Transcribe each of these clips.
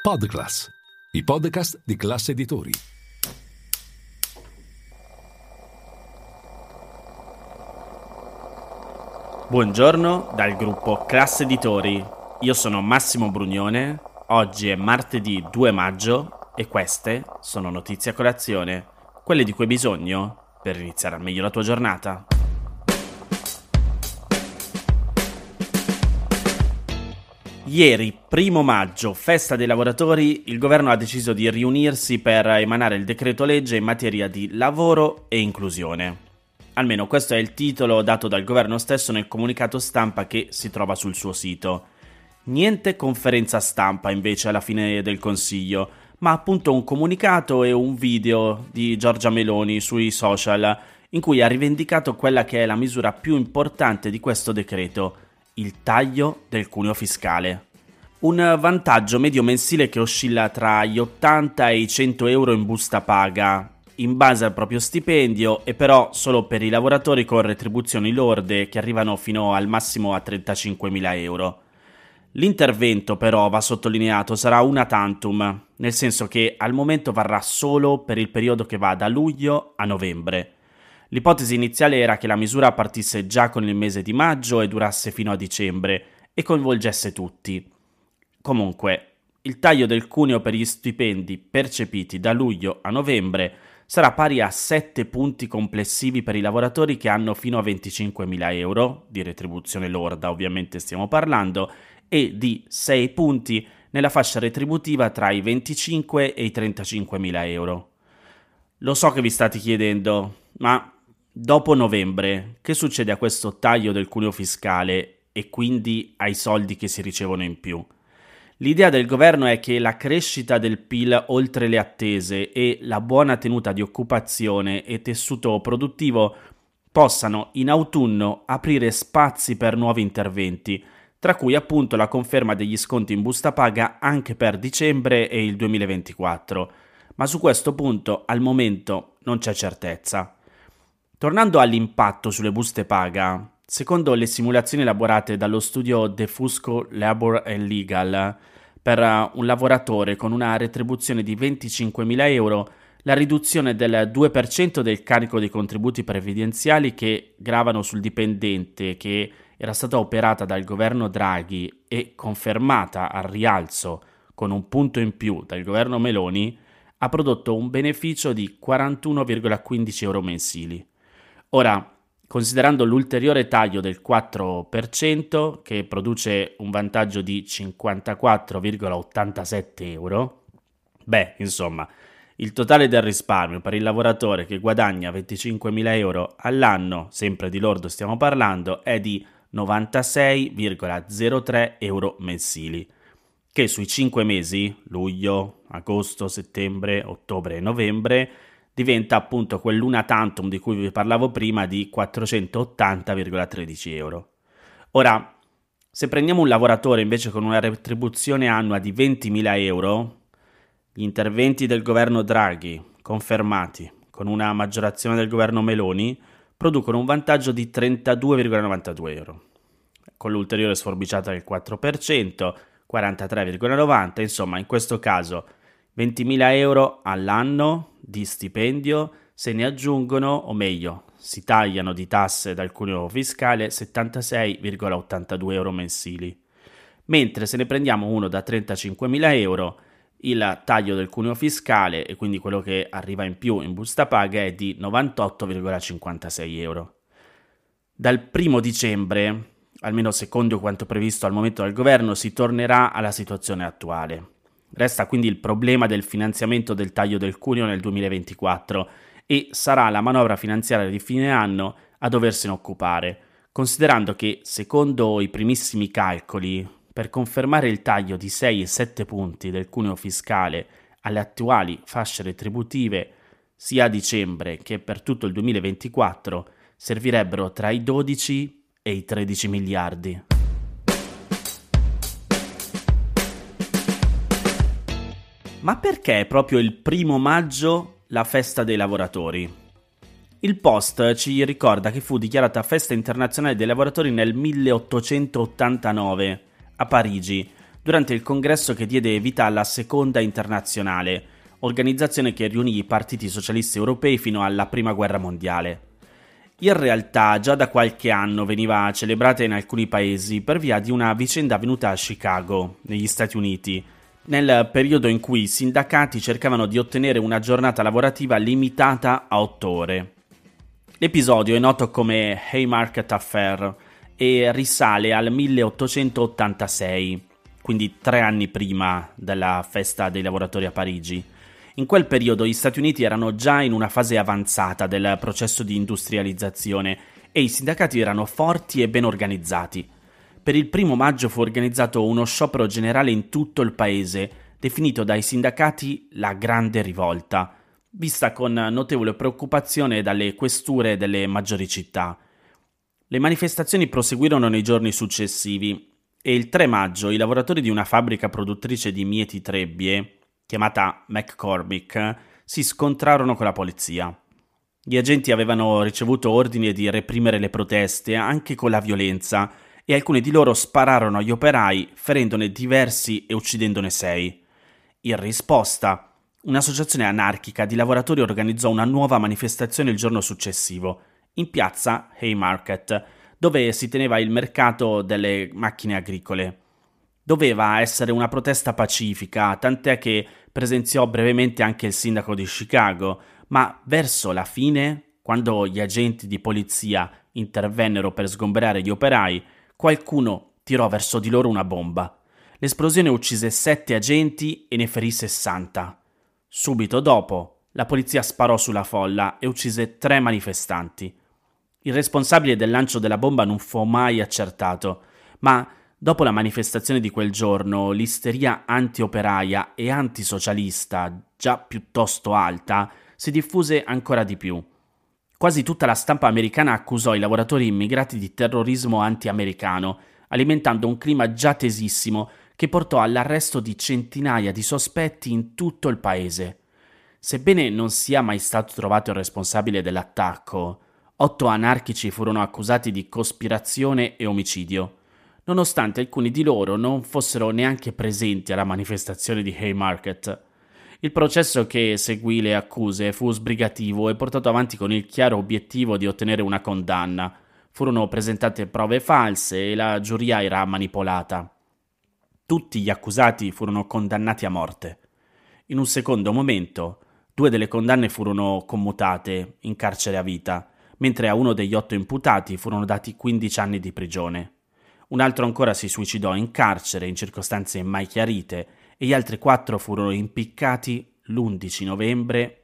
Podclass, i podcast di Classe Editori. Buongiorno dal gruppo Classe Editori. Io sono Massimo Brugnone. Oggi è martedì 2 maggio e queste sono notizie a colazione, quelle di cui hai bisogno per iniziare al meglio la tua giornata. Ieri, 1 maggio, festa dei lavoratori, il governo ha deciso di riunirsi per emanare il decreto legge in materia di lavoro e inclusione. Almeno questo è il titolo dato dal governo stesso nel comunicato stampa che si trova sul suo sito. Niente conferenza stampa invece alla fine del Consiglio, ma appunto un comunicato e un video di Giorgia Meloni sui social in cui ha rivendicato quella che è la misura più importante di questo decreto: il taglio del cuneo fiscale. Un vantaggio medio mensile che oscilla tra gli 80 e i 100 euro in busta paga, in base al proprio stipendio, e però solo per i lavoratori con retribuzioni lorde che arrivano fino al massimo a 35.000 euro. L'intervento però, va sottolineato, sarà una tantum, nel senso che al momento varrà solo per il periodo che va da luglio a novembre. L'ipotesi iniziale era che la misura partisse già con il mese di maggio e durasse fino a dicembre e coinvolgesse tutti. Comunque, il taglio del cuneo per gli stipendi percepiti da luglio a novembre sarà pari a 7 punti complessivi per i lavoratori che hanno fino a 25.000 euro, di retribuzione lorda ovviamente stiamo parlando, e di 6 punti nella fascia retributiva tra i 25 e i 35.000 euro. Lo so che vi state chiedendo, ma dopo novembre, che succede a questo taglio del cuneo fiscale e quindi ai soldi che si ricevono in più? L'idea del governo è che la crescita del PIL oltre le attese e la buona tenuta di occupazione e tessuto produttivo possano in autunno aprire spazi per nuovi interventi, tra cui appunto la conferma degli sconti in busta paga anche per dicembre e il 2024. Ma su questo punto al momento non c'è certezza. Tornando all'impatto sulle buste paga, secondo le simulazioni elaborate dallo studio Defusco Labor and Legal, per un lavoratore con una retribuzione di 25.000 euro, la riduzione del 2% del carico dei contributi previdenziali che gravano sul dipendente, che era stata operata dal governo Draghi e confermata al rialzo con un punto in più dal governo Meloni, ha prodotto un beneficio di 41,15 euro mensili. Ora, considerando l'ulteriore taglio del 4%, che produce un vantaggio di 54,87 euro, insomma, il totale del risparmio per il lavoratore che guadagna 25.000 euro all'anno, sempre di lordo stiamo parlando, è di 96,03 euro mensili, che sui 5 mesi, luglio, agosto, settembre, ottobre e novembre, diventa appunto quell'una tantum di cui vi parlavo prima di 480,13 euro. Ora, se prendiamo un lavoratore invece con una retribuzione annua di 20.000 euro, gli interventi del governo Draghi, confermati con una maggiorazione del governo Meloni, producono un vantaggio di 32,92 euro. Con l'ulteriore sforbiciata del 4%, 43,90, insomma in questo caso 20.000 euro all'anno di stipendio, se ne aggiungono, o meglio, si tagliano di tasse dal cuneo fiscale 76,82 euro mensili. Mentre se ne prendiamo uno da 35.000 euro, il taglio del cuneo fiscale, e quindi quello che arriva in più in busta paga, è di 98,56 euro. Dal 1 dicembre, almeno secondo quanto previsto al momento dal governo, si tornerà alla situazione attuale. Resta quindi il problema del finanziamento del taglio del cuneo nel 2024 e sarà la manovra finanziaria di fine anno a doversene occupare, considerando che, secondo i primissimi calcoli, per confermare il taglio di 6 e 7 punti del cuneo fiscale alle attuali fasce retributive, sia a dicembre che per tutto il 2024, servirebbero tra i 12 e i 13 miliardi. Ma perché proprio il 1 maggio la festa dei lavoratori? Il Post ci ricorda che fu dichiarata festa internazionale dei lavoratori nel 1889 a Parigi, durante il congresso che diede vita alla Seconda Internazionale, organizzazione che riunì i partiti socialisti europei fino alla Prima Guerra Mondiale. In realtà già da qualche anno veniva celebrata in alcuni paesi per via di una vicenda avvenuta a Chicago, negli Stati Uniti, nel periodo in cui i sindacati cercavano di ottenere una giornata lavorativa limitata a 8 ore. L'episodio è noto come Haymarket Affair e risale al 1886, quindi 3 anni prima della festa dei lavoratori a Parigi. In quel periodo gli Stati Uniti erano già in una fase avanzata del processo di industrializzazione e i sindacati erano forti e ben organizzati. Per il 1 maggio fu organizzato uno sciopero generale in tutto il paese, definito dai sindacati la Grande Rivolta, vista con notevole preoccupazione dalle questure delle maggiori città. Le manifestazioni proseguirono nei giorni successivi e il 3 maggio i lavoratori di una fabbrica produttrice di mieti trebbie, chiamata McCormick, si scontrarono con la polizia. Gli agenti avevano ricevuto ordine di reprimere le proteste anche con la violenza e alcuni di loro spararono agli operai, ferendone diversi e uccidendone 6. In risposta, un'associazione anarchica di lavoratori organizzò una nuova manifestazione il giorno successivo, in piazza Haymarket, dove si teneva il mercato delle macchine agricole. Doveva essere una protesta pacifica, tant'è che presenziò brevemente anche il sindaco di Chicago, ma verso la fine, quando gli agenti di polizia intervennero per sgomberare gli operai, qualcuno tirò verso di loro una bomba. L'esplosione uccise 7 agenti e ne ferì 60. Subito dopo, la polizia sparò sulla folla e uccise 3 manifestanti. Il responsabile del lancio della bomba non fu mai accertato, ma dopo la manifestazione di quel giorno, l'isteria anti-operaia e antisocialista, già piuttosto alta, si diffuse ancora di più. Quasi tutta la stampa americana accusò i lavoratori immigrati di terrorismo anti-americano, alimentando un clima già tesissimo che portò all'arresto di centinaia di sospetti in tutto il paese. Sebbene non sia mai stato trovato il responsabile dell'attacco, 8 anarchici furono accusati di cospirazione e omicidio, nonostante alcuni di loro non fossero neanche presenti alla manifestazione di Haymarket. Il processo che seguì le accuse fu sbrigativo e portato avanti con il chiaro obiettivo di ottenere una condanna. Furono presentate prove false e la giuria era manipolata. Tutti gli accusati furono condannati a morte. In un secondo momento, 2 delle condanne furono commutate in carcere a vita, mentre a uno degli 8 imputati furono dati 15 anni di prigione. Un altro ancora si suicidò in carcere in circostanze mai chiarite e gli altri 4 furono impiccati l'11 novembre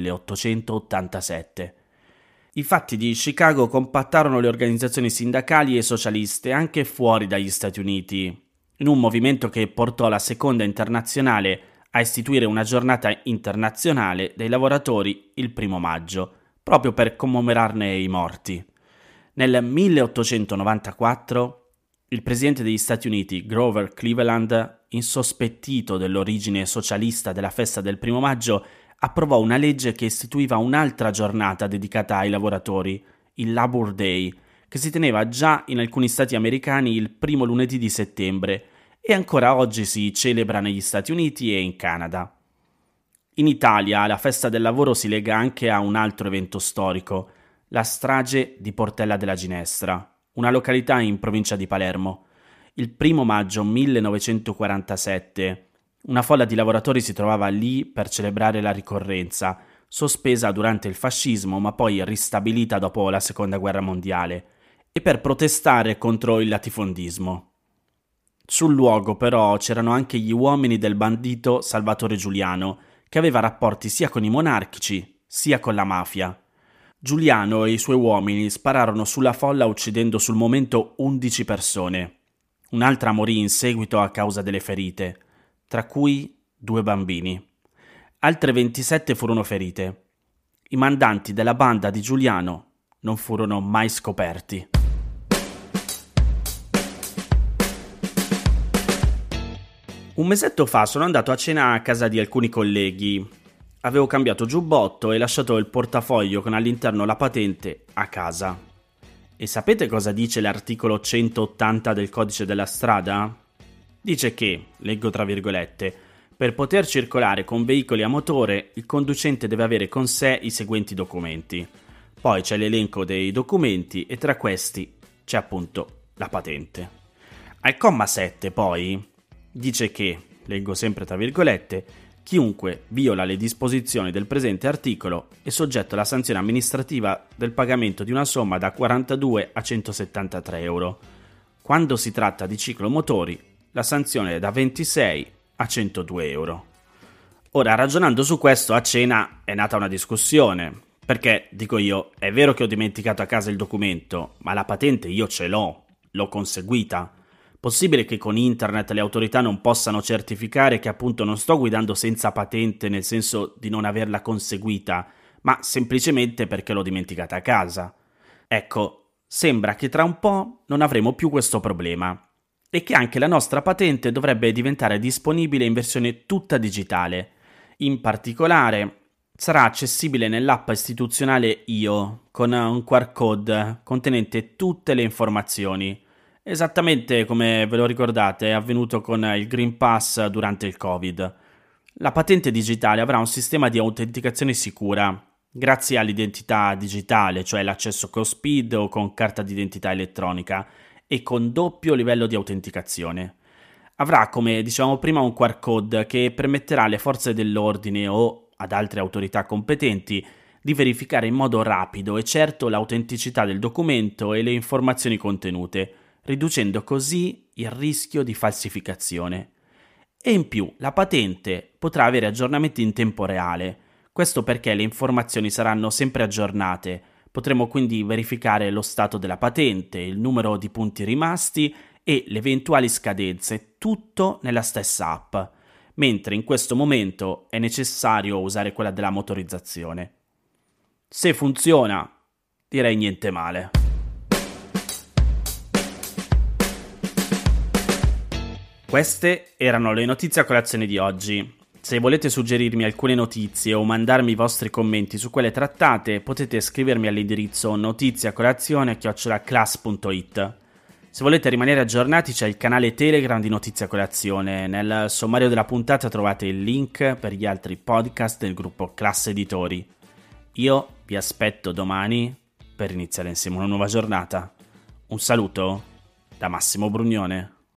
1887. I fatti di Chicago compattarono le organizzazioni sindacali e socialiste anche fuori dagli Stati Uniti, in un movimento che portò la Seconda Internazionale a istituire una giornata internazionale dei lavoratori il 1 maggio, proprio per commemorarne i morti. Nel 1894 il presidente degli Stati Uniti, Grover Cleveland, insospettito dell'origine socialista della festa del 1 maggio, approvò una legge che istituiva un'altra giornata dedicata ai lavoratori, il Labor Day, che si teneva già in alcuni stati americani il primo lunedì di settembre e ancora oggi si celebra negli Stati Uniti e in Canada. In Italia la festa del lavoro si lega anche a un altro evento storico, la strage di Portella della Ginestra, una località in provincia di Palermo. Il 1 maggio 1947 una folla di lavoratori si trovava lì per celebrare la ricorrenza, sospesa durante il fascismo ma poi ristabilita dopo la Seconda Guerra Mondiale, e per protestare contro il latifondismo. Sul luogo però c'erano anche gli uomini del bandito Salvatore Giuliano, che aveva rapporti sia con i monarchici sia con la mafia. Giuliano e i suoi uomini spararono sulla folla uccidendo sul momento 11 persone. Un'altra morì in seguito a causa delle ferite, tra cui 2 bambini. Altre 27 furono ferite. I mandanti della banda di Giuliano non furono mai scoperti. Un mesetto fa sono andato a cena a casa di alcuni colleghi. Avevo cambiato giubbotto e lasciato il portafoglio con all'interno la patente a casa. E sapete cosa dice l'articolo 180 del codice della strada? Dice che, leggo tra virgolette, per poter circolare con veicoli a motore il conducente deve avere con sé i seguenti documenti. Poi c'è l'elenco dei documenti e tra questi c'è appunto la patente. Al comma 7 poi dice che, leggo sempre tra virgolette, chiunque viola le disposizioni del presente articolo è soggetto alla sanzione amministrativa del pagamento di una somma da 42 a 173 euro. Quando si tratta di ciclomotori, la sanzione è da 26 a 102 euro. Ora, ragionando su questo, a cena è nata una discussione, perché, dico io, è vero che ho dimenticato a casa il documento, ma la patente io ce l'ho conseguita. Possibile che con internet le autorità non possano certificare che appunto non sto guidando senza patente, nel senso di non averla conseguita, ma semplicemente perché l'ho dimenticata a casa? Ecco, sembra che tra un po' non avremo più questo problema e che anche la nostra patente dovrebbe diventare disponibile in versione tutta digitale. In particolare sarà accessibile nell'app istituzionale IO con un QR code contenente tutte le informazioni, esattamente come ve lo ricordate è avvenuto con il Green Pass durante il Covid. La patente digitale avrà un sistema di autenticazione sicura grazie all'identità digitale, cioè l'accesso con SPID o con carta d'identità elettronica, e con doppio livello di autenticazione. Avrà, come dicevamo prima, un QR code che permetterà alle forze dell'ordine o ad altre autorità competenti di verificare in modo rapido e certo l'autenticità del documento e le informazioni contenute, riducendo così il rischio di falsificazione. E in più, la patente potrà avere aggiornamenti in tempo reale, questo perché le informazioni saranno sempre aggiornate. Potremo quindi verificare lo stato della patente, il numero di punti rimasti e le eventuali scadenze, tutto nella stessa app, mentre in questo momento è necessario usare quella della motorizzazione. Se funziona, direi niente male. Queste erano le notizie a colazione di oggi. Se volete suggerirmi alcune notizie o mandarmi i vostri commenti su quelle trattate, potete scrivermi all'indirizzo notiziacolazione@class.it. Se volete rimanere aggiornati c'è il canale Telegram di Notizia Colazione. Nel sommario della puntata trovate il link per gli altri podcast del gruppo Class Editori. Io vi aspetto domani per iniziare insieme una nuova giornata. Un saluto da Massimo Brugnone.